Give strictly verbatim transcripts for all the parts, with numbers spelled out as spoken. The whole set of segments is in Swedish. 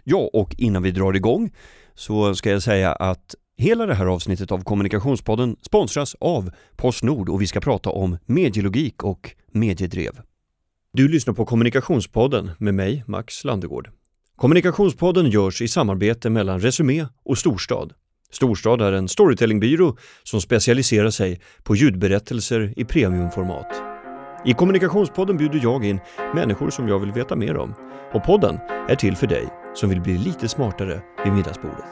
Ja, och innan vi drar igång så ska jag säga att hela det här avsnittet av Kommunikationspodden sponsras av PostNord och vi ska prata om medielogik och mediedrev. Du lyssnar på Kommunikationspodden med mig, Max Landegård. Kommunikationspodden görs i samarbete mellan Resumé och Storstad. Storstad är en storytellingbyrå som specialiserar sig på ljudberättelser i premiumformat. I Kommunikationspodden bjuder jag in människor som jag vill veta mer om. Och podden är till för dig som vill bli lite smartare vid middagsbordet.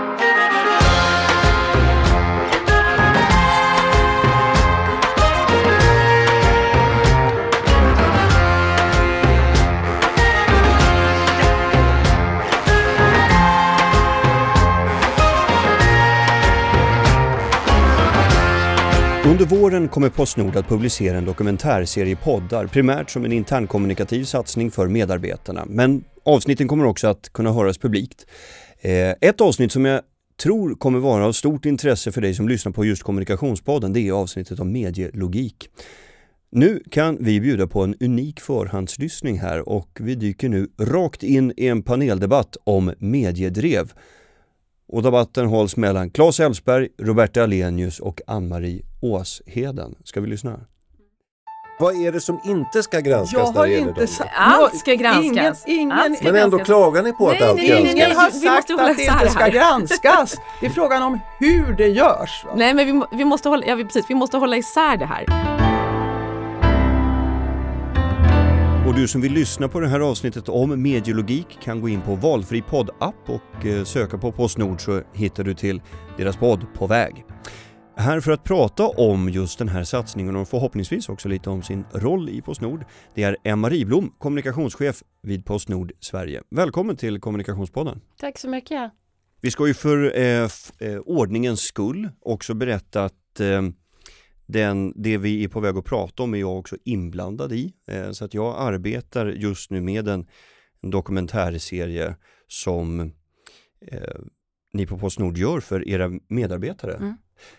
Under våren kommer PostNord att publicera en dokumentärserie poddar, primärt som en internkommunikativ satsning för medarbetarna. Men avsnitten kommer också att kunna höras publikt. Ett avsnitt som jag tror kommer vara av stort intresse för dig som lyssnar på just Kommunikationspodden, det är avsnittet om medielogik. Nu kan vi bjuda på en unik förhandslyssning här och vi dyker nu rakt in i en paneldebatt om mediedrev. Och debatten hålls mellan Claes Elfsberg, Roberta Alenius och Ann-Marie Åsheden. Ska vi lyssna? Vad är det som inte ska granskas jag när det gäller inte dem? sa- Allt ska granskas. Ingen, ingen, Allt ska Men ändå granskas. klagar ni på Nej, att allt nej, nej, granskas? ingen har Vi sagt måste hålla att det isär inte ska här. granskas. Det är frågan om hur det görs. Va? Nej, men vi, må- vi, måste hålla, ja, vi, precis, vi måste hålla isär det här. Och du som vill lyssna på det här avsnittet om medielogik kan gå in på valfri poddapp och eh, söka på PostNord så hittar du till deras podd På väg. Här för att prata om just den här satsningen och förhoppningsvis också lite om sin roll i PostNord, det är Emma Riblom, kommunikationschef vid PostNord Sverige. Välkommen till Kommunikationspodden. Tack så mycket. Vi ska ju för eh, f- eh, ordningens skull också berätta att eh, den, det vi är på väg att prata om är jag också inblandad i. Eh, så att jag arbetar just nu med en, en dokumentärserie som eh, ni på PostNord gör för era medarbetare. Mm.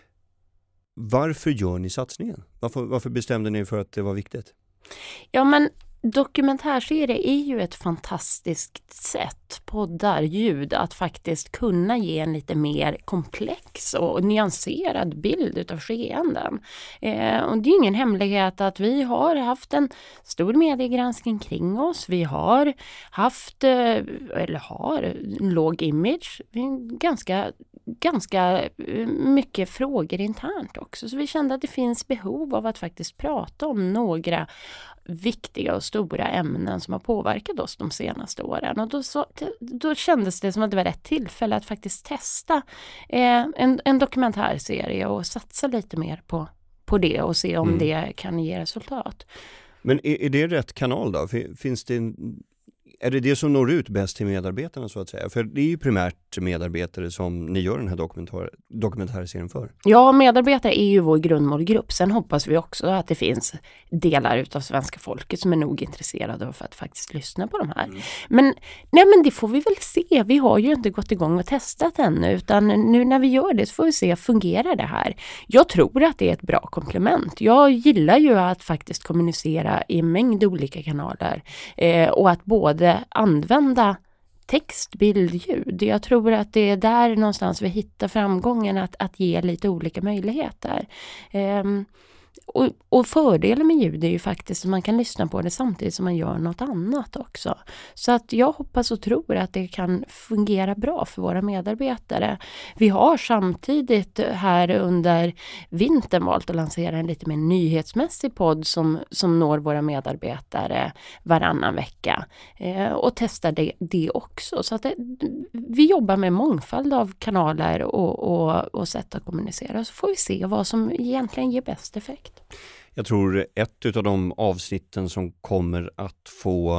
Varför gör ni satsningen? Varför, varför bestämde ni för att det var viktigt? Ja, men dokumentärserie är ju ett fantastiskt sätt, poddar, ljud, att faktiskt kunna ge en lite mer komplex och nyanserad bild utav skeenden. Eh, och det är ingen hemlighet att vi har haft en stor mediegranskning kring oss. Vi har haft, eh, eller har, en låg image. Vi är ganska ganska mycket frågor internt också. Så vi kände att det finns behov av att faktiskt prata om några viktiga och stora ämnen som har påverkat oss de senaste åren. Och då, så, då kändes det som att det var rätt tillfälle att faktiskt testa eh, en, en dokumentärserie och satsa lite mer på, på det och se om mm. det kan ge resultat. Men är, är det rätt kanal då? Finns det en... Är det det som når ut bäst till medarbetarna så att säga? För det är ju primärt medarbetare som ni gör den här dokumentär, dokumentärserien för. Ja, medarbetare är ju vår grundmålgrupp. Sen hoppas vi också att det finns delar utav svenska folket som är nog intresserade av att faktiskt lyssna på de här. Mm. Men, nej, men det får vi väl se. Vi har ju inte gått igång och testat ännu. Utan nu när vi gör det så får vi se, fungerar det här? Jag tror att det är ett bra komplement. Jag gillar ju att faktiskt kommunicera i en mängd olika kanaler. Eh, och att både använda text, bild, ljud. Jag tror att det är där någonstans vi hittar framgången att, att ge lite olika möjligheter. Um, och, och fördelen med ljud är ju faktiskt att man kan lyssna på det samtidigt som man gör något annat också. Så att jag hoppas och tror att det kan fungera bra för våra medarbetare. Vi har samtidigt här under vintern valt att lansera en lite mer nyhetsmässig podd som, som når våra medarbetare varannan vecka. Eh, och testar det, det också. Så att det, vi jobbar med mångfald av kanaler och, och, och sätt att kommunicera. Så får vi se vad som egentligen ger bäst effekt. Jag tror ett av de avsnitten som kommer att få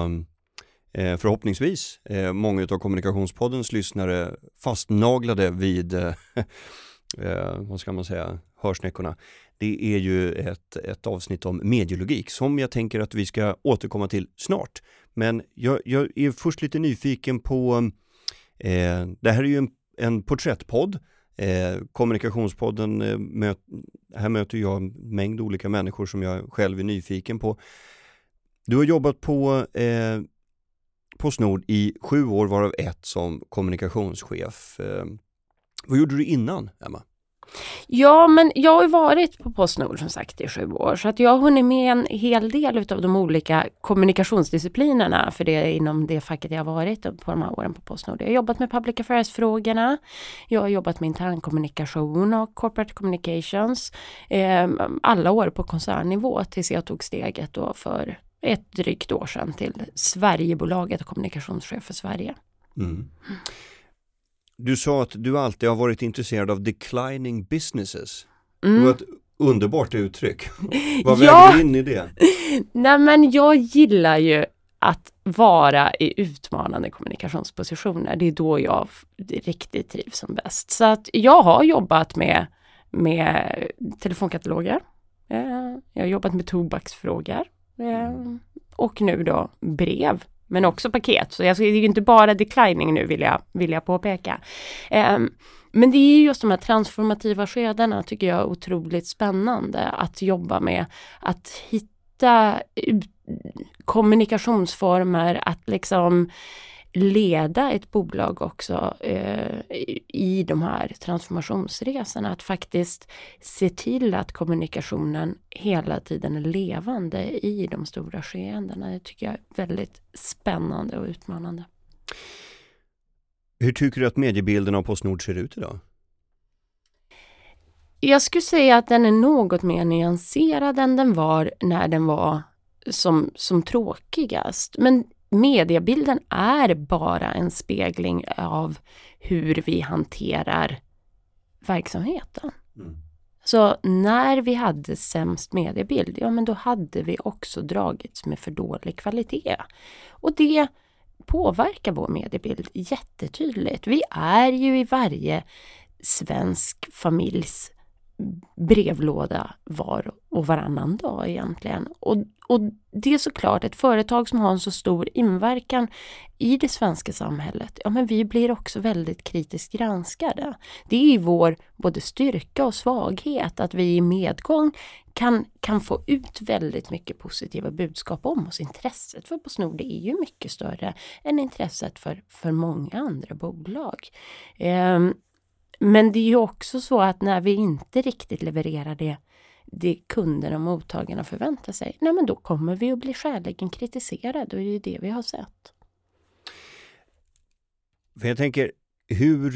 eh, förhoppningsvis eh, många av Kommunikationspoddens lyssnare fastnaglade vid eh, eh, vad ska man säga, hörsnäckorna. Det är ju ett, ett avsnitt om medielogik som jag tänker att vi ska återkomma till snart. Men jag, jag är först lite nyfiken på, eh, det här är ju en, en porträttpodd. Eh, Kommunikationspodden, eh, möt, här möter jag en mängd olika människor som jag själv är nyfiken på. Du har jobbat på, eh, Postnord i sju år, varav ett som kommunikationschef. Eh, vad gjorde du innan, Emma? Ja, men jag har ju varit på Postnord som sagt i sju år, så att jag har hunnit med en hel del av de olika kommunikationsdisciplinerna, för det är inom det facket jag har varit på de här åren på Postnord. Jag har jobbat med public affairs-frågorna, jag har jobbat med internkommunikation och corporate communications, eh, alla år på koncernnivå tills jag tog steget då för ett drygt år sedan till Sverigebolaget och kommunikationschef för Sverige. Mm. Du sa att du alltid har varit intresserad av declining businesses. Mm. Det var ett underbart uttryck. Vad ja. väger in i det? Nej, men jag gillar ju att vara i utmanande kommunikationspositioner. Det är då jag riktigt trivs som bäst. Så att jag har jobbat med, med telefonkataloger. Jag har jobbat med tobaksfrågor. Och nu då brev. Men också paket. Så jag, det är ju inte bara declining nu, vill jag, vill jag påpeka. Um, men det är just de här transformativa skedena tycker jag är otroligt spännande. Att jobba med. Att hitta ut, kommunikationsformer. Att liksom leda ett bolag också eh, i de här transformationsresorna. Att faktiskt se till att kommunikationen hela tiden är levande i de stora skeendena. Det tycker jag är väldigt spännande och utmanande. Hur tycker du att mediebilden av Postnord ser ut idag? Jag skulle säga att den är något mer nyanserad än den var när den var som, som tråkigast. Men mediebilden är bara en spegling av hur vi hanterar verksamheten. Mm. Så när vi hade sämst mediebild, ja men då hade vi också dragits med för dålig kvalitet. Och det påverkar vår mediebild jättetydligt. Vi är ju i varje svensk familjs brevlåda var och varannan dag egentligen. Och, och det är såklart ett företag som har en så stor inverkan i det svenska samhället. Ja, men vi blir också väldigt kritiskt granskade. Det är vår både styrka och svaghet att vi i medgång kan, kan få ut väldigt mycket positiva budskap om oss. Intresset för Postnord är ju mycket större än intresset för, för många andra bolag. Ehm, Men det är ju också så att när vi inte riktigt levererar det, det kunderna och mottagarna förväntar sig, nej men då kommer vi att bli skäligen kritiserade och det är ju det vi har sett. För jag tänker, hur,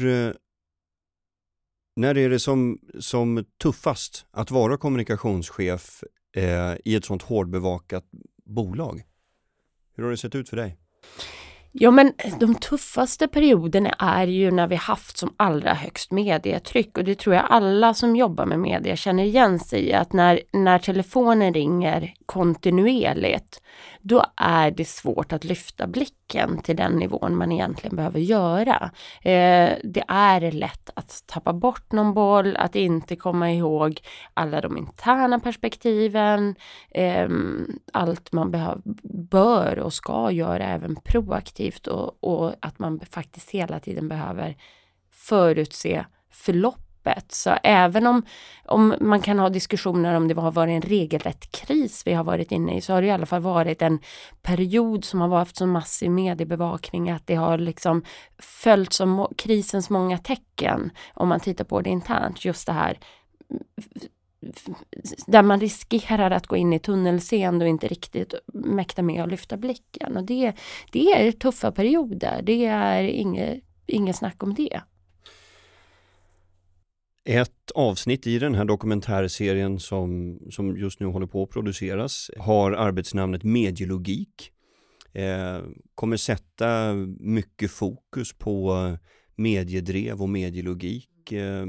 när är det som, som tuffast att vara kommunikationschef eh, i ett sånt hårdbevakat bolag? Hur har det sett ut för dig? Ja, men de tuffaste perioderna är ju när vi haft som allra högst medietryck, och det tror jag alla som jobbar med media känner igen sig i, att när, när telefonen ringer kontinuerligt, då är det svårt att lyfta blicken till den nivån man egentligen behöver göra. Eh, det är lätt att tappa bort någon boll, att inte komma ihåg alla de interna perspektiven, eh, allt man behöver, bör och ska göra även proaktivt. Och, och att man faktiskt hela tiden behöver förutse förloppet. Så även om, om man kan ha diskussioner om det har varit en regelrätt kris vi har varit inne i, så har det i alla fall varit en period som har varit så massiv mediebevakning att det har liksom följt som krisens många tecken om man tittar på det internt. Just det här där man riskerar att gå in i tunnelseende och inte riktigt mäkta med att lyfta blicken. Och det, det är tuffa perioder. Det är inget, inget snack om det. Ett avsnitt i den här dokumentärserien som, som just nu håller på att produceras har arbetsnamnet Medielogik. Eh, kommer sätta mycket fokus på mediedrev och medielogik. Eh,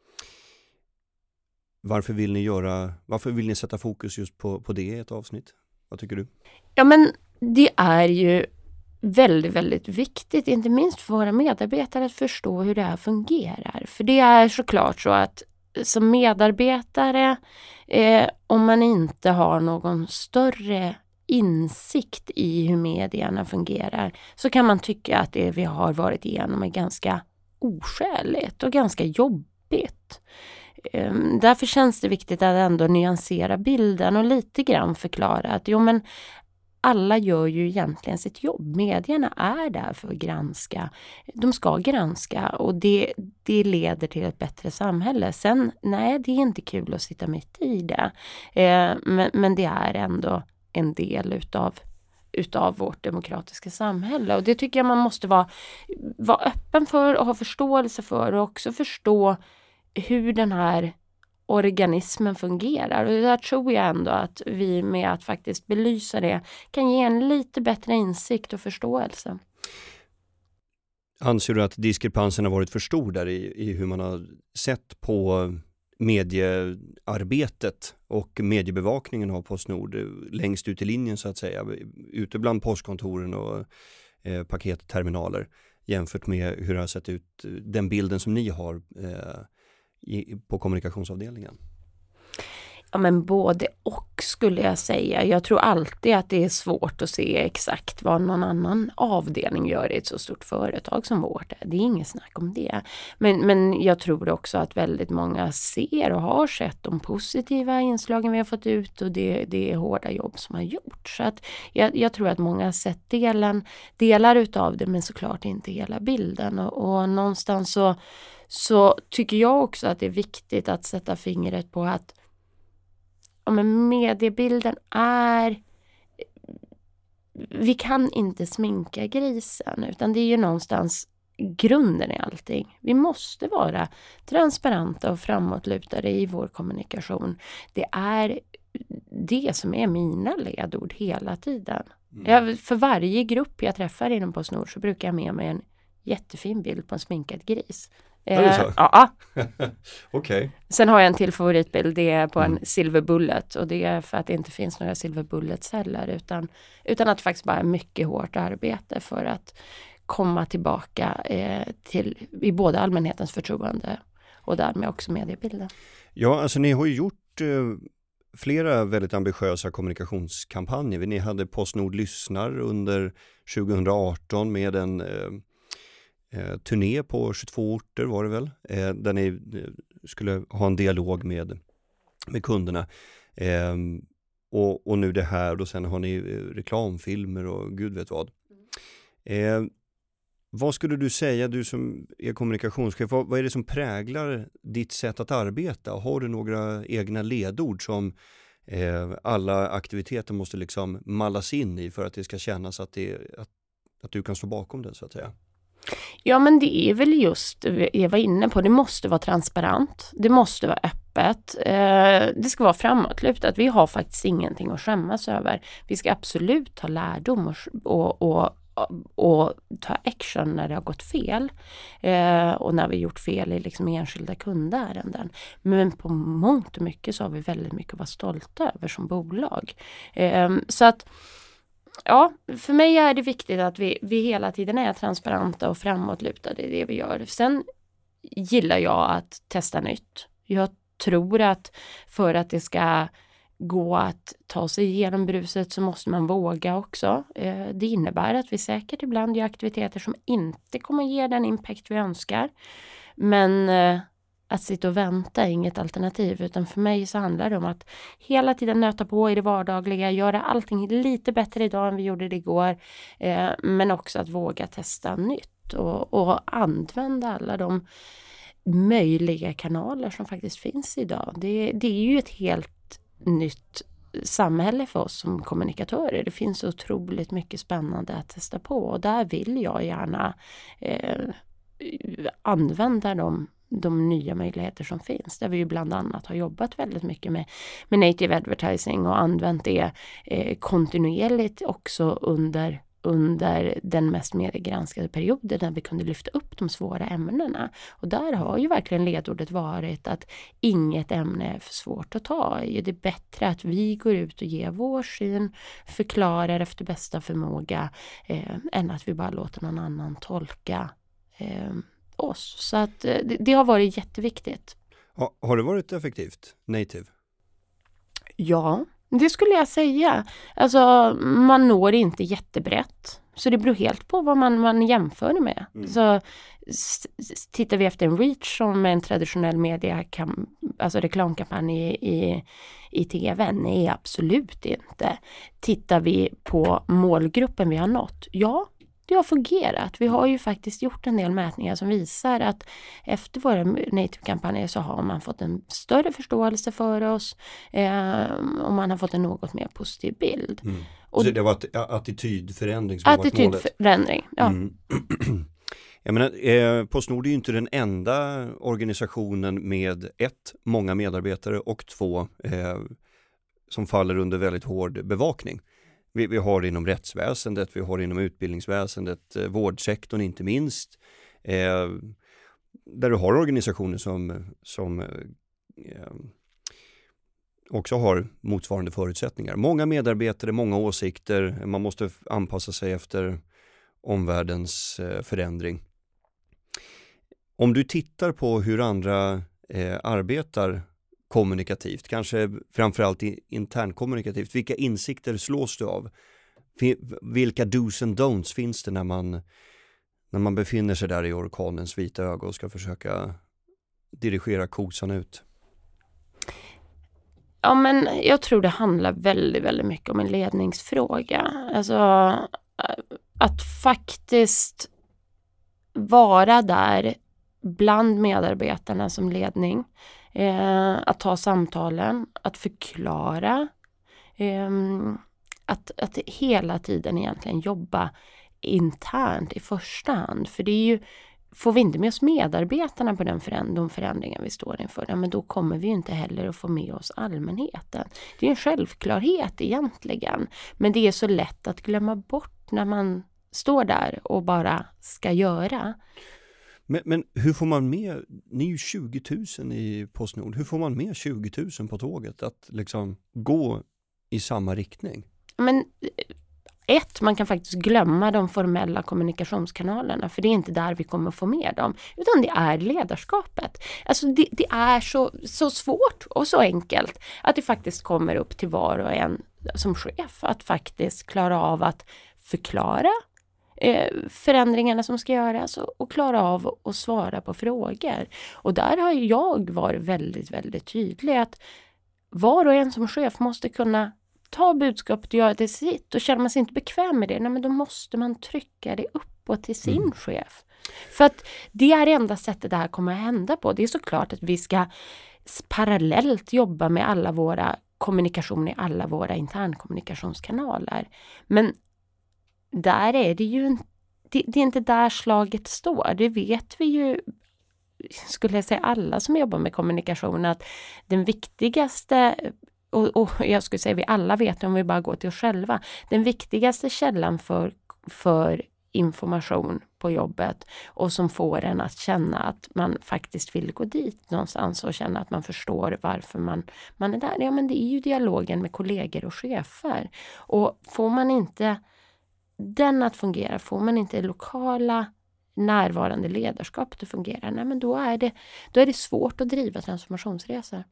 Varför vill ni göra, varför vill ni sätta fokus just på, på det i ett avsnitt? Vad tycker du? Ja, men det är ju väldigt, väldigt viktigt, inte minst för våra medarbetare, att förstå hur det här fungerar. För det är såklart så att som medarbetare, eh, om man inte har någon större insikt i hur medierna fungerar, så kan man tycka att det vi har varit igenom är ganska oskäligt och ganska jobbigt. Därför känns det viktigt att ändå nyansera bilden och lite grann förklara att jo, men alla gör ju egentligen sitt jobb. Medierna är där för att granska. De ska granska och det, det leder till ett bättre samhälle. Sen, nej, det är inte kul att sitta mitt i det. Eh, men, men det är ändå en del utav, utav vårt demokratiska samhälle. Och det tycker jag man måste vara, vara öppen för och ha förståelse för. Och också förstå hur den här organismen fungerar. Och där tror jag ändå att vi med att faktiskt belysa det kan ge en lite bättre insikt och förståelse. Anser du att diskrepansen har varit för stor där i, i hur man har sett på mediearbetet och mediebevakningen av PostNord längst ut i linjen så att säga, ute bland postkontoren och eh, paketterminaler jämfört med hur det har sett ut, den bilden som ni har eh, i, på kommunikationsavdelningen? Ja, men både och skulle jag säga. Jag tror alltid att det är svårt att se exakt vad någon annan avdelning gör i ett så stort företag som vårt. Det är inget snack om det. Men, men jag tror också att väldigt många ser och har sett de positiva inslagen vi har fått ut och det, det är hårda jobb som har gjorts. Så att jag, jag tror att många har sett delen, delar utav det men såklart inte hela bilden. Och, och någonstans så, så tycker jag också att det är viktigt att sätta fingret på att ja, men mediebilden är, vi kan inte sminka grisen utan det är ju någonstans grunden i allting. Vi måste vara transparenta och framåtlutade i vår kommunikation. Det är det som är mina ledord hela tiden. Mm. Jag, för varje grupp jag träffar inom PostNord så brukar jag med mig en jättefin bild på en sminkad gris. Är det så? Ja. Okay. Sen har jag en till favoritbild, det är på en mm. silver bullet och det är för att det inte finns några silver bullets heller utan, utan att det faktiskt bara är mycket hårt arbete för att komma tillbaka eh, till i både allmänhetens förtroende och därmed också mediebilden. Ja, alltså ni har ju gjort eh, flera väldigt ambitiösa kommunikationskampanjer. Ni hade PostNord lyssnar under tjugo arton med en eh, Eh, turné på tjugotvå orter var det väl, eh, där ni eh, skulle ha en dialog med, med kunderna. Eh, och, och nu det här och sen har ni eh, reklamfilmer och gud vet vad. Eh, vad skulle du säga, du som är kommunikationschef, vad, vad är det som präglar ditt sätt att arbeta? Har du några egna ledord som eh, alla aktiviteter måste liksom mallas in i för att det ska kännas att, det, att, att du kan stå bakom det så att säga? Ja, men det är väl just jag var inne på, det måste vara transparent, det måste vara öppet, eh, det ska vara framåtlutat. Vi har faktiskt ingenting att skämmas över. Vi ska absolut ta lärdom och, och, och, och ta action när det har gått fel eh, och när vi gjort fel i liksom enskilda kundärenden. Men på mångt och mycket så har vi väldigt mycket att vara stolta över som bolag. Eh, så att ja, för mig är det viktigt att vi, vi hela tiden är transparenta och framåtlutade i det vi gör. Sen gillar jag att testa nytt. Jag tror att för att det ska gå att ta sig igenom bruset så måste man våga också. Det innebär att vi säkert ibland gör aktiviteter som inte kommer ge den impact vi önskar. Men att sitta och vänta är inget alternativ, utan för mig så handlar det om att hela tiden nöta på i det vardagliga, göra allting lite bättre idag än vi gjorde det igår, eh, men också att våga testa nytt och, och använda alla de möjliga kanaler som faktiskt finns idag. Det, det är ju ett helt nytt samhälle för oss som kommunikatörer. Det finns otroligt mycket spännande att testa på och där vill jag gärna eh, använda dem de nya möjligheter som finns. Där vi ju bland annat har jobbat väldigt mycket med, med native advertising och använt det eh, kontinuerligt också under, under den mest mediegranskade perioden när vi kunde lyfta upp de svåra ämnena. Och där har ju verkligen ledordet varit att inget ämne är för svårt att ta i. Det är bättre att vi går ut och ger vår syn, förklarar efter bästa förmåga eh, än att vi bara låter någon annan tolka eh, oss. Så att det, det har varit jätteviktigt. Ha, har det varit effektivt, native? Ja, det skulle jag säga. Alltså, man når inte jättebrett. Så det beror helt på vad man, man jämför med. Mm. Så s- tittar vi efter en reach som en traditionell media kam- alltså reklamkampanj i, i, i tv? Nej, absolut inte. Tittar vi på målgruppen vi har nått? Ja, det har fungerat. Vi har ju faktiskt gjort en del mätningar som visar att efter våra native-kampanjer så har man fått en större förståelse för oss eh, och man har fått en något mer positiv bild. Mm. Och så det var att, attitydförändring som attitydförändring, var målet? Attitydförändring, ja. Mm. Jag menar, eh, PostNord är ju inte den enda organisationen med ett, många medarbetare och två, eh, som faller under väldigt hård bevakning. Vi, vi har inom rättsväsendet, vi har inom utbildningsväsendet, eh, vårdsektorn inte minst. Eh, där du har organisationer som, som eh, också har motsvarande förutsättningar. Många medarbetare, många åsikter, man måste anpassa sig efter omvärldens eh, förändring. Om du tittar på hur andra eh, arbetar kommunikativt, kanske framförallt internkommunikativt, vilka insikter slås du av? Vilka do's and don'ts finns det när man, när man befinner sig där i orkanens vita öga och ska försöka dirigera kosan ut? Ja, men jag tror det handlar väldigt, väldigt mycket om en ledningsfråga. Alltså att faktiskt vara där bland medarbetarna som ledning. Eh, att ta samtalen, att förklara. Eh, att, att hela tiden egentligen jobba internt i första hand. För det är ju, får vi inte med oss medarbetarna på den föränd- de förändringar vi står inför, ja, men då kommer vi inte heller att få med oss allmänheten. Det är en självklarhet egentligen. Men det är så lätt att glömma bort när man står där och bara ska göra. Men, men hur får man med, ni är ju tjugo tusen i PostNord, hur får man med tjugo tusen på tåget att liksom gå i samma riktning? Men ett, man kan faktiskt glömma de formella kommunikationskanalerna, för det är inte där vi kommer få med dem, utan det är ledarskapet. Alltså det, det är så, så svårt och så enkelt att det faktiskt kommer upp till var och en som chef att faktiskt klara av att förklara förändringarna som ska göras och klara av att svara på frågor. Och där har jag varit väldigt, väldigt tydlig att var och en som chef måste kunna ta budskapet och göra det sitt. Och känner man sig inte bekväm med det, nej, men då måste man trycka det uppåt till sin mm. chef. För att det är det enda sättet det här kommer att hända på. Det är såklart att vi ska parallellt jobba med alla våra kommunikationer i alla våra internkommunikationskanaler. Men där är det ju det, det är inte där slaget står. Det vet vi ju, skulle jag säga, alla som jobbar med kommunikation, att den viktigaste, och, och jag skulle säga vi alla vet om vi bara går till oss själva, den viktigaste källan för, för information på jobbet och som får en att känna att man faktiskt vill gå dit någonstans och känna att man förstår varför man, man är där. Ja, men det är ju dialogen med kollegor och chefer. Och får man inte den att fungera, får man inte lokala närvarande ledarskapet att fungera, nej, men då är det, då är det svårt att driva transformationsresor.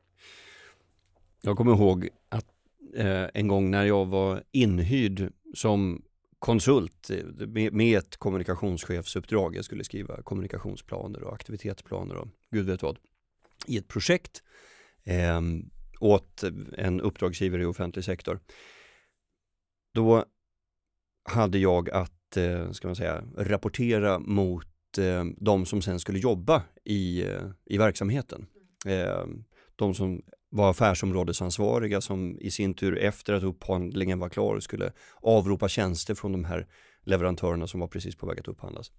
Jag kommer ihåg att eh, en gång när jag var inhyrd som konsult med, med ett kommunikationschefsuppdrag, jag skulle skriva kommunikationsplaner och aktivitetsplaner och gud vet vad, i ett projekt eh, åt en uppdragsgivare i offentlig sektor. Då hade jag att, eh, ska man säga, rapportera mot eh, de som sen skulle jobba i, eh, i verksamheten. Eh, de som var affärsområdesansvariga, som i sin tur efter att upphandlingen var klar skulle avropa tjänster från de här leverantörerna som var precis på väg att upphandlas.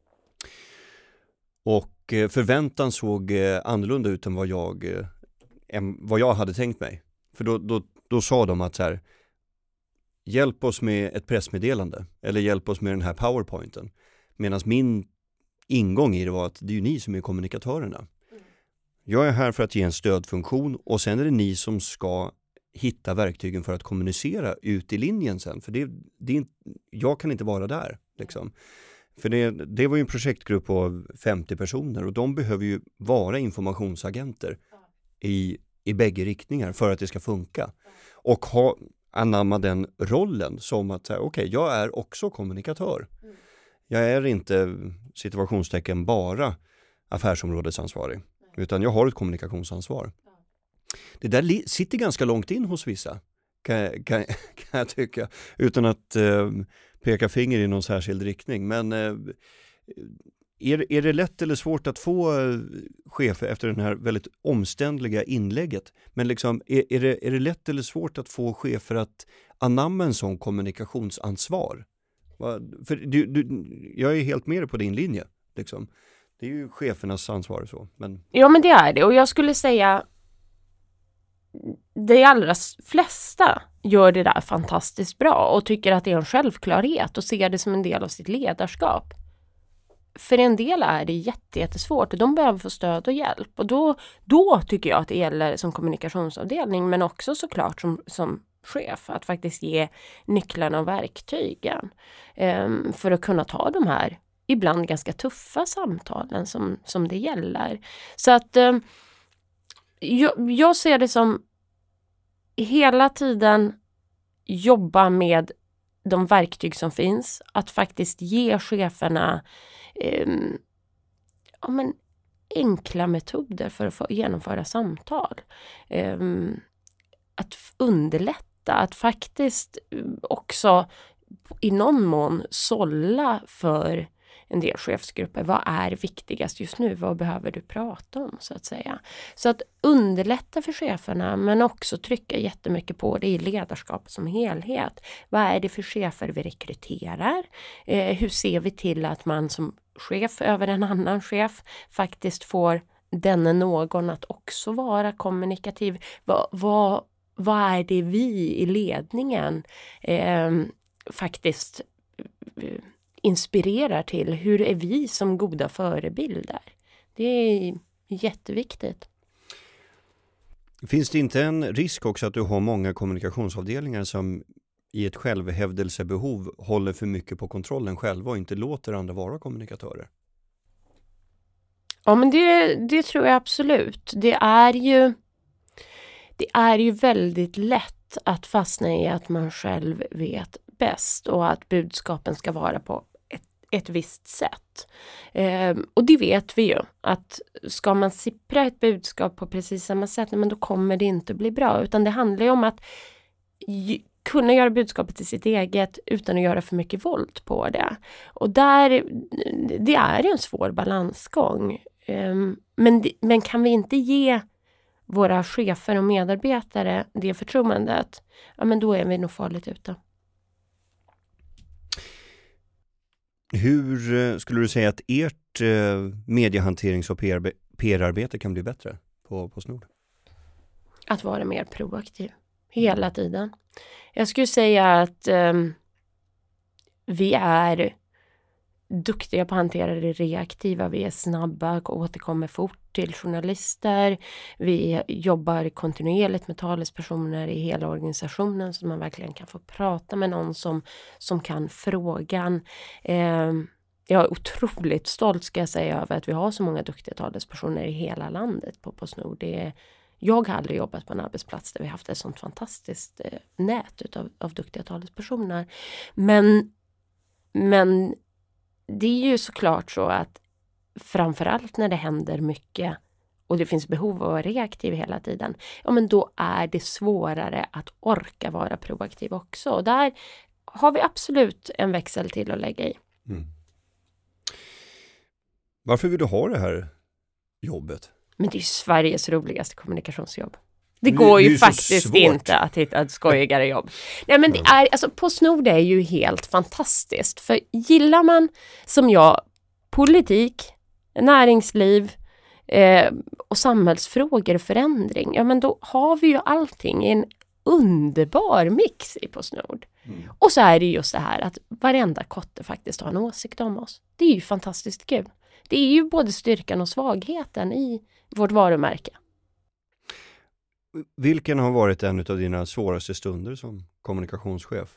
Och eh, förväntan såg eh, annorlunda ut än vad jag, eh, än vad jag hade tänkt mig. För då, då, då sa de att så här, hjälp oss med ett pressmeddelande eller hjälp oss med den här powerpointen. Medan min ingång i det var att det är ju ni som är kommunikatörerna. Mm. Jag är här för att ge en stödfunktion och sen är det ni som ska hitta verktygen för att kommunicera ut i linjen sen. För det, det är, jag kan inte vara där. Liksom. För det, det var ju en projektgrupp på femtio personer och de behöver ju vara informationsagenter i, i bägge riktningar för att det ska funka. Och ha anamma den rollen som att okej, okay, jag är också kommunikatör. Mm. Jag är inte situationstecken bara affärsområdesansvarig, mm. utan jag har ett kommunikationsansvar. Ja. Det där li- sitter ganska långt in hos vissa, kan, kan, kan jag tycka, utan att eh, peka finger i någon särskild riktning. Men eh, är, är det lätt eller svårt att få eh, chefer efter den här väldigt omständliga inlägget? Men liksom, är, är, det, är det lätt eller svårt att få chefer att anamma en sån kommunikationsansvar? Va? För du, du, jag är helt med på din linje. Liksom. Det är ju chefernas ansvar. Så. Men... Ja, men det är det. Och jag skulle säga de allra flesta gör det där fantastiskt bra och tycker att det är en självklarhet och ser det som en del av sitt ledarskap. För en del är det jätte, jättesvårt och de behöver få stöd och hjälp. Och då, då tycker jag att det gäller som kommunikationsavdelning, men också såklart som, som chef att faktiskt ge nycklarna och verktygen um, för att kunna ta de här ibland ganska tuffa samtalen som, som det gäller. Så att um, jag, jag ser det som hela tiden jobba med de verktyg som finns, att faktiskt ge cheferna um, ja, men enkla metoder för att få genomföra samtal. Um, att underlätta, att faktiskt också i någon mån sålla för en del chefsgrupper. Vad är viktigast just nu? Vad behöver du prata om, så att säga? Så att underlätta för cheferna, men också trycka jättemycket på det i ledarskapet som helhet. Vad är det för chefer vi rekryterar? Eh, hur ser vi till att man som chef över en annan chef faktiskt får denne någon att också vara kommunikativ? Vad, vad, vad är det vi i ledningen eh, faktiskt eh, inspirerar till? Hur är vi som goda förebilder? Det är jätteviktigt. Finns det inte en risk också att du har många kommunikationsavdelningar som i ett självhävdelsebehov håller för mycket på kontrollen själva och inte låter andra vara kommunikatörer? Ja, men det, det tror jag absolut. Det är ju det är ju väldigt lätt att fastna i att man själv vet bäst och att budskapen ska vara på ett, ett visst sätt. Eh, och det vet vi ju, att ska man sippra ett budskap på precis samma sätt, men då kommer det inte bli bra. Utan det handlar ju om att ju, kunna göra budskapet till sitt eget utan att göra för mycket våld på det. Och där, det är en svår balansgång. Eh, men, men kan vi inte ge våra chefer och medarbetare det förtroendet, ja, men då är vi nog farligt ute. Hur skulle du säga att ert eh, mediehanterings- och P R-arbete kan bli bättre på PostNord? Att vara mer proaktiv hela tiden. Jag skulle säga att eh, vi är duktiga på att hantera det reaktiva. Vi är snabba och återkommer fort till journalister. Vi jobbar kontinuerligt med talespersoner i hela organisationen så man verkligen kan få prata med någon som, som kan frågan. Eh, jag är otroligt stolt, ska jag säga, över att vi har så många duktiga talespersoner i hela landet på PostNord. Det är, jag har aldrig jobbat på en arbetsplats där vi haft ett sånt fantastiskt eh, nät utav, av duktiga talespersoner. Men, men det är ju såklart så att framförallt när det händer mycket och det finns behov av att vara reaktiv hela tiden, ja, men då är det svårare att orka vara proaktiv också. Och där har vi absolut en växel till att lägga i. Mm. Varför vill du ha det här jobbet? Men det är Sveriges roligaste kommunikationsjobb. Det går det, ju det faktiskt inte att hitta ett skojigare jobb. Nej, men det är, alltså, PostNord är ju helt fantastiskt. För gillar man, som jag, politik, näringsliv eh, och samhällsfrågor och förändring, ja, men då har vi ju allting i en underbar mix i PostNord. Mm. Och så är det just det här att varenda kotte faktiskt har en åsikt om oss. Det är ju fantastiskt kul. Det är ju både styrkan och svagheten i vårt varumärke. Vilken har varit en av dina svåraste stunder som kommunikationschef?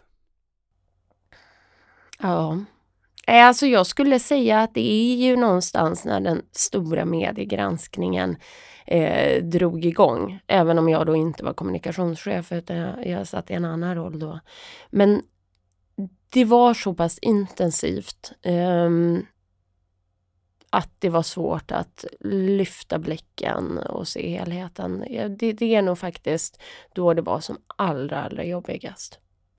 Ja, alltså jag skulle säga att det är ju någonstans när den stora mediegranskningen eh, drog igång. Även om jag då inte var kommunikationschef utan jag, jag satt i en annan roll då. Men det var så pass intensivt. Eh, att det var svårt att lyfta blicken och se helheten. Det, det är nog faktiskt då det var som allra, allra jobbigast.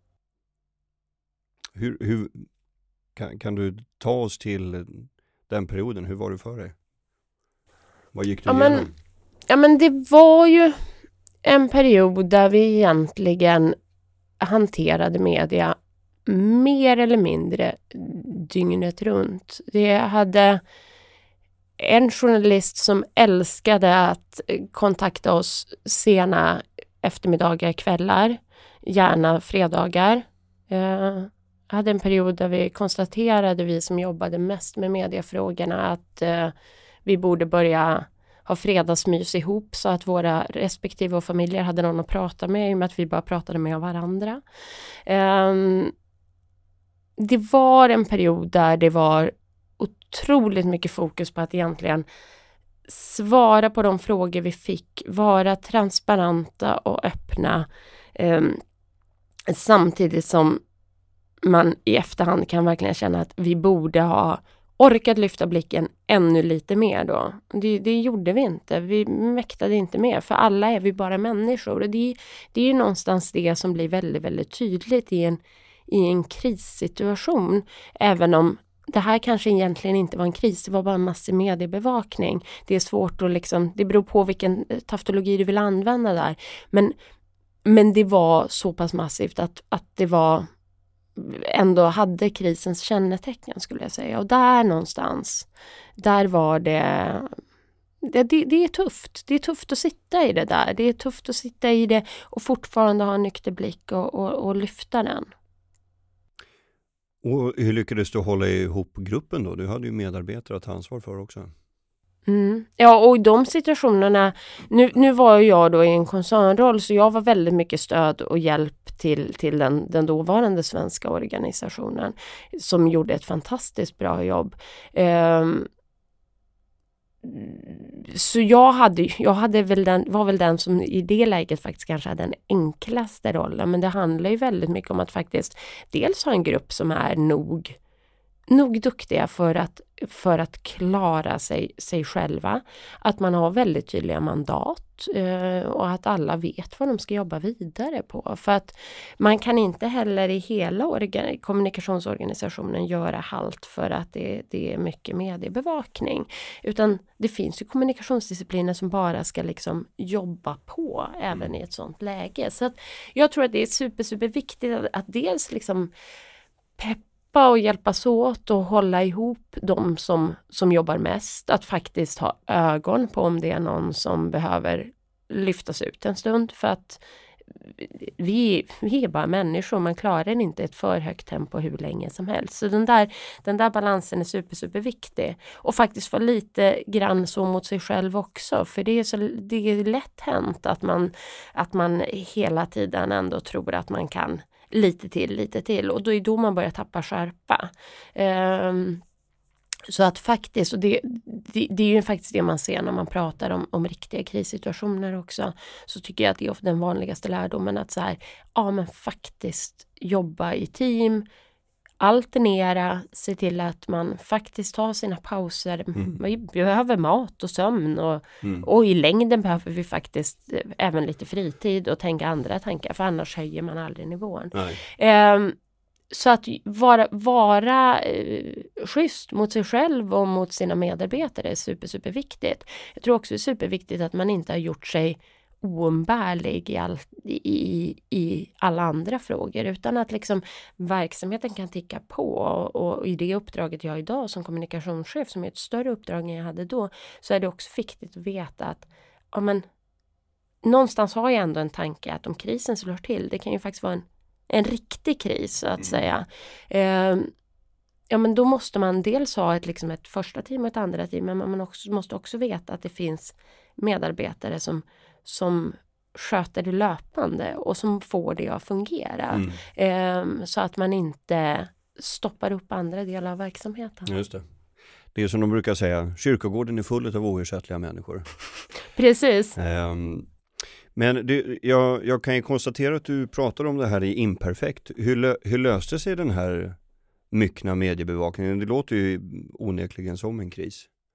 Hur, hur kan, kan du ta oss till den perioden? Hur var det för dig? Vad gick du ja, igenom? Men, ja, men det var ju en period där vi egentligen hanterade media mer eller mindre dygnet runt. Det hade en journalist som älskade att kontakta oss sena eftermiddagar, kvällar, gärna fredagar. Jag hade en period där vi konstaterade, vi som jobbade mest med mediefrågorna, att vi borde börja ha fredagsmys ihop så att våra respektive och familjer hade någon att prata med, i och med att vi bara pratade med varandra. Det var en period där det var otroligt mycket fokus på att egentligen svara på de frågor vi fick, vara transparenta och öppna, samtidigt som man i efterhand kan verkligen känna att vi borde ha orkat lyfta blicken ännu lite mer då. Det, det gjorde vi inte. Vi mäktade inte mer. För alla är vi bara människor. Och det, det är ju någonstans det som blir väldigt, väldigt tydligt i en, i en krissituation. Även om det här kanske egentligen inte var en kris. Det var bara en massiv mediebevakning. Det är svårt att liksom, det beror på vilken tautologi du vill använda där. Men, men det var så pass massivt att, att det var ändå hade krisens kännetecken, skulle jag säga. Och där någonstans, där var det, det, det, det är tufft. Det är tufft att sitta i det där. Det är tufft att sitta i det och fortfarande ha en nykter blick och, och, och lyfta den. Och hur lyckades du hålla ihop gruppen då? Du hade ju medarbetare att ta ansvar för också. Mm. Ja, och i de situationerna, nu, nu var jag då i en koncernroll, så jag var väldigt mycket stöd och hjälp till, till den, den dåvarande svenska organisationen som gjorde ett fantastiskt bra jobb. Um, så jag hade, jag hade väl den, var väl den som i det läget faktiskt kanske hade den enklaste rollen, men det handlar ju väldigt mycket om att faktiskt dels ha en grupp som är nog nog duktiga för att, för att klara sig, sig själva. Att man har väldigt tydliga mandat eh, och att alla vet vad de ska jobba vidare på. För att man kan inte heller i hela organ- kommunikationsorganisationen göra halt för att det, det är mycket mediebevakning. Utan det finns ju kommunikationsdiscipliner som bara ska liksom jobba på även i ett sånt läge. Så att jag tror att det är super, super viktigt att, att dels liksom peppa och hjälpas åt och hålla ihop de som, som jobbar mest. Att faktiskt ha ögon på om det är någon som behöver lyftas ut en stund. För att vi, vi är bara människor. Man klarar inte ett för högt tempo hur länge som helst. Så den där, den där balansen är super, super viktig. Och faktiskt vara lite grann så mot sig själv också. För det är, så, det är lätt hänt att man, att man hela tiden ändå tror att man kan lite till, lite till. Och då är då man börjar tappa skärpa. Um, så att faktiskt, och det, det, det är ju faktiskt det man ser när man pratar om, om riktiga krissituationer också. Så tycker jag att det är ofta den vanligaste lärdomen att så här, ja men faktiskt jobba i team, alternera, se till att man faktiskt tar sina pauser. Mm. Vi behöver mat och sömn och, mm. och i längden behöver vi faktiskt även lite fritid och tänka andra tankar, för annars höjer man aldrig nivån. Um, så att vara, vara uh, schysst mot sig själv och mot sina medarbetare är super, super viktigt. Jag tror också det är superviktigt att man inte har gjort sig oumbärlig i, all, i, i alla andra frågor, utan att liksom verksamheten kan ticka på, och, och i det uppdraget jag har idag som kommunikationschef, som är ett större uppdrag än jag hade då, så är det också viktigt att veta att ja, men, någonstans har jag ändå en tanke att om krisen slår till, det kan ju faktiskt vara en, en riktig kris så att mm. säga. Eh, ja, men då måste man dels ha ett, liksom ett första team och ett andra team, men man också, måste också veta att det finns medarbetare som som sköter det löpande och som får det att fungera. Mm. Eh, så att man inte stoppar upp andra delar av verksamheten. Just det. Det är som de brukar säga, kyrkogården är full av oersättliga människor. Precis. Eh, men det, jag, jag kan ju konstatera att du pratar om det här i Imperfekt. Hur, lö, hur löste sig den här myckna mediebevakningen? Det låter ju onekligen som en kris.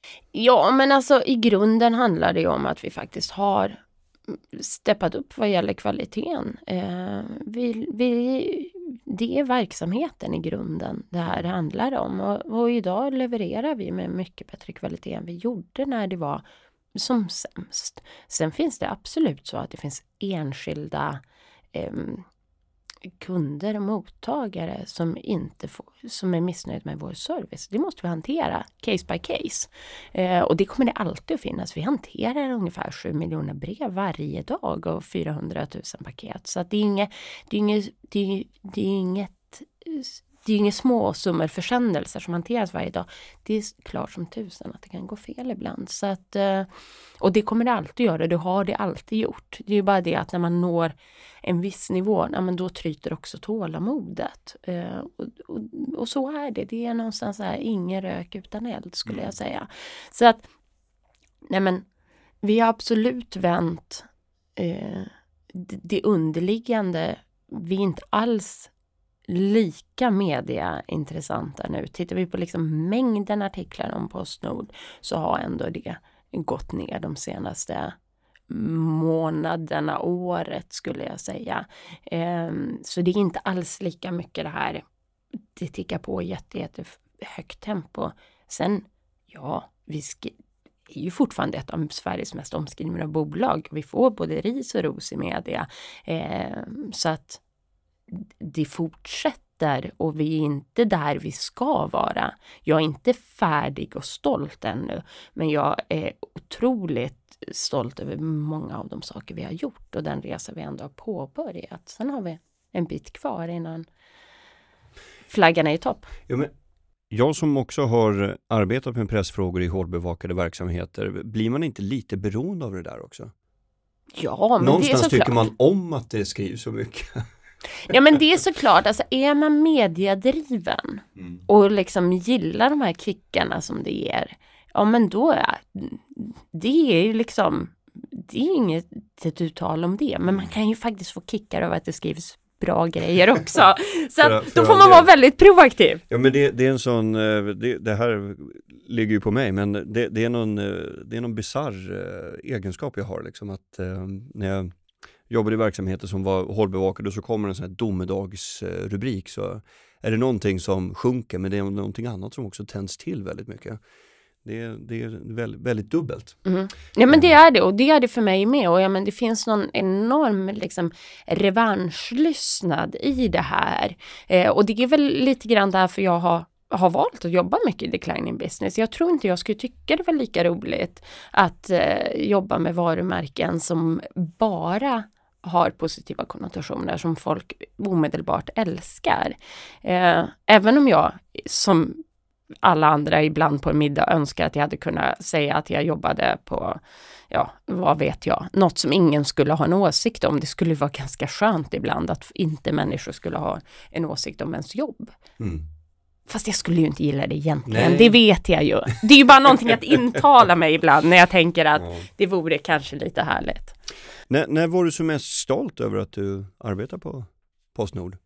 Ja, men alltså i grunden handlar det ju om att vi faktiskt har steppat upp vad gäller kvaliteten. Eh, vi, vi, det är verksamheten i grunden det här handlar om. Och, och idag levererar vi med mycket bättre kvalitet än vi gjorde när det var som sämst. Sen finns det absolut så att det finns enskilda eh, kunder och mottagare som inte får, som är missnöjda med vår service. Det måste vi hantera case by case. Eh, och det kommer det alltid att finnas. Vi hanterar ungefär sju miljoner brev varje dag och fyrahundratusen paket. Så att det är inget, det är inget, det är, det är inget det är inga små summor försändelser som hanteras varje dag. Det är klart som tusen att det kan gå fel ibland. Så att, och det kommer det alltid göra. Det har det alltid gjort. Det är ju bara det att när man når en viss nivå, ja, men då tryter också tålamodet. Och, och, och så är det. Det är någonstans så här, ingen rök utan eld skulle jag säga. Så att, nej men, vi har absolut vänt eh, det, det underliggande. Vi är inte alls lika mediaintressanta nu. Tittar vi på liksom mängden artiklar om Postnord så har ändå det gått ner de senaste månaderna, året skulle jag säga. Um, så det är inte alls lika mycket det här. Det tickar på jätte, jätte högt tempo. Sen, ja, vi sk- är ju fortfarande ett av Sveriges mest omskrivna bolag. Vi får både ris och ros i media. Um, så att det fortsätter och vi är inte där vi ska vara. Jag är inte färdig och stolt ännu, men jag är otroligt stolt över många av de saker vi har gjort och den resa vi ändå har påbörjat. Sen har vi en bit kvar innan flaggan är i topp. Ja, men jag som också har arbetat med pressfrågor i hårdbevakade verksamheter, blir man inte lite beroende av det där också? Ja, men någonstans det är så tycker klart. Man om att det skrivs så mycket. Ja, men det är såklart, alltså är man mediedriven mm. och liksom gillar de här kickarna som det ger, ja men då är det är ju liksom, det är inget ett uttal om det, men man kan ju faktiskt få kickar av att det skrivs bra grejer också. Så att, för, för då får man vara väldigt proaktiv. Ja, men det, det är en sån, det, det här ligger ju på mig, men det, det är någon, det är någon bizarr egenskap jag har liksom, att när jag jobbade i verksamheter som var hållbevakade och så kommer en sån här domedagsrubrik, så är det någonting som sjunker, men det är någonting annat som också tänds till väldigt mycket. Det är, det är väldigt, väldigt dubbelt. Mm. Ja, men det är det, och det är det för mig med. Och ja, men det finns någon enorm liksom, revanschlystnad i det här. Eh, och det är väl lite grann därför jag har har valt att jobba mycket i declining business. Jag tror inte jag skulle tycka det var lika roligt att eh, jobba med varumärken som bara har positiva konnotationer som folk omedelbart älskar. Eh, även om jag som alla andra ibland på en middag önskar att jag hade kunnat säga att jag jobbade på, ja, vad vet jag, något som ingen skulle ha en åsikt om. Det skulle vara ganska skönt ibland att inte människor skulle ha en åsikt om ens jobb. Mm. Fast jag skulle ju inte gilla det egentligen. Nej. Det vet jag ju. Det är ju bara någonting att intala mig ibland när jag tänker att ja. Det vore kanske lite härligt. När, när var du så mest stolt över att du arbetar på Postnord?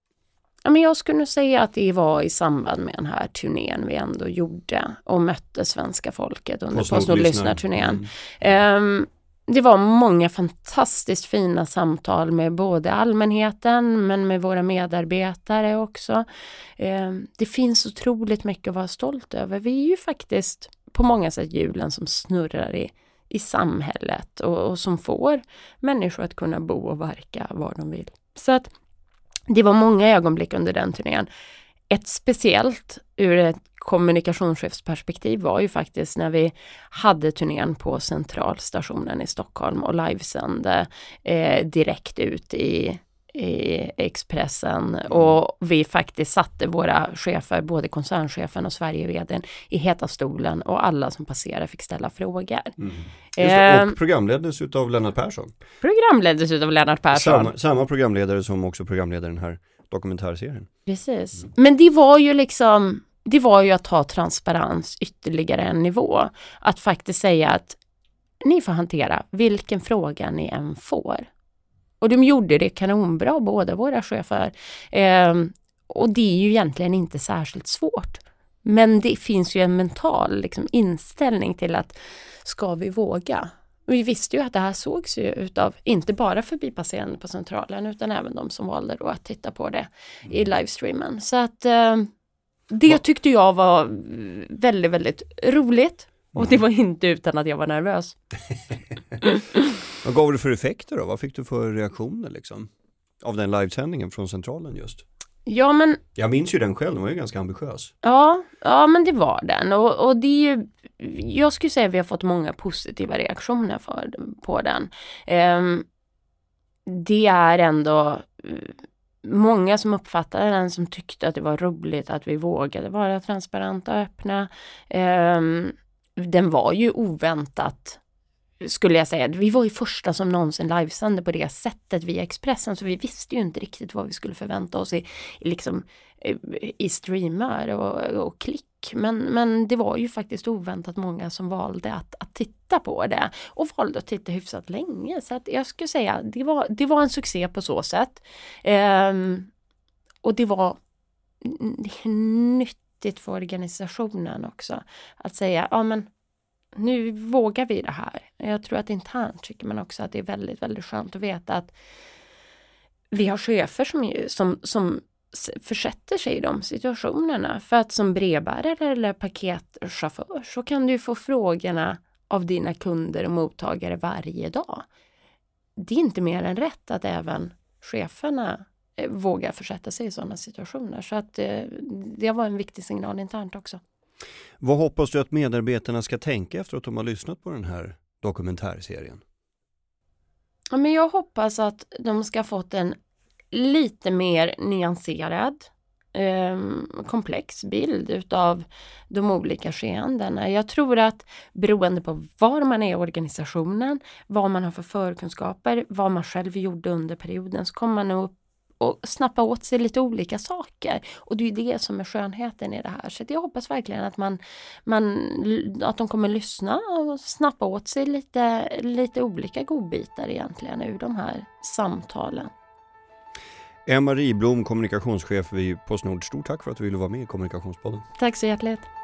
Ja, men jag skulle säga att det var i samband med den här turnén vi ändå gjorde och mötte svenska folket under Postnord, Postnord lyssnar-turnén. Mm. Um, Det var många fantastiskt fina samtal med både allmänheten men med våra medarbetare också. Eh, det finns otroligt mycket att vara stolt över. Vi är ju faktiskt på många sätt hjulen som snurrar i, i samhället och, och som får människor att kunna bo och verka var de vill. Så att det var många ögonblick under den turnén. Ett speciellt ur ett kommunikationschefsperspektiv var ju faktiskt när vi hade turnén på centralstationen i Stockholm och livesände eh, direkt ut i, i Expressen. Mm. Och vi faktiskt satte våra chefer, både koncernchefen och Sverige-vdn, i heta stolen och alla som passerade fick ställa frågor. Mm. Eh, och programleddes utav Lennart Persson. Programleddes utav Lennart Persson. Samma, samma programledare som också programledaren den här dokumentärserien. Precis. Mm. Men det var ju liksom, det var ju att ta transparens ytterligare en nivå. Att faktiskt säga att ni får hantera vilken fråga ni än får. Och de gjorde det kanonbra, båda våra chefer. Eh, och det är ju egentligen inte särskilt svårt. Men det finns ju en mental liksom, inställning till att ska vi våga? Och vi visste ju att det här sågs ju utav inte bara förbipasserande på Centralen utan även de som valde då att titta på det mm. i livestreamen. Så att eh, det Va? tyckte jag var väldigt, väldigt roligt. Och det var inte utan att jag var nervös. Vad gav du för effekter då? Vad fick du för reaktioner liksom? Av den livesändningen från Centralen just? Ja, men... Jag minns ju den själv, den var ju ganska ambitiös. Ja, ja men det var den. Och, och det är ju... Jag skulle säga att vi har fått många positiva reaktioner för, på den. Um, det är ändå... Många som uppfattade den som tyckte att det var roligt att vi vågade vara transparenta och öppna. Um, den var ju oväntat, skulle jag säga. Vi var ju första som någonsin livesände på det sättet via Expressen, så vi visste ju inte riktigt vad vi skulle förvänta oss i, i, liksom, i streamar och, och klick. Men, men det var ju faktiskt oväntat många som valde att, att titta på det och valde att titta hyfsat länge. Så att jag skulle säga det var, det var en succé på så sätt. Ehm, och det var nyttigt för organisationen också att säga, ja men nu vågar vi det här. Jag tror att internt tycker man också att det är väldigt, väldigt skönt att veta att vi har chefer som, som, som försätter sig i de situationerna. För att som brevbärare eller paketchaufför så kan du få frågorna av dina kunder och mottagare varje dag. Det är inte mer än rätt att även cheferna vågar försätta sig i sådana situationer. Så att det var en viktig signal internt också. Vad hoppas du att medarbetarna ska tänka efter att de har lyssnat på den här dokumentärserien? Ja, men jag hoppas att de ska ha fått en lite mer nyanserad, eh, komplex bild utav de olika skeendena. Jag tror att beroende på var man är i organisationen, vad man har för förkunskaper, vad man själv gjorde under perioden, så kommer man nog och snappa åt sig lite olika saker. Och det är det som är skönheten i det här. Så jag hoppas verkligen att man, man att de kommer lyssna och snappa åt sig lite, lite olika godbitar egentligen ur de här samtalen. Emma Riblom, kommunikationschef vid PostNord. Stort tack för att du ville vara med i Kommunikationspodden. Tack så hjärtligt.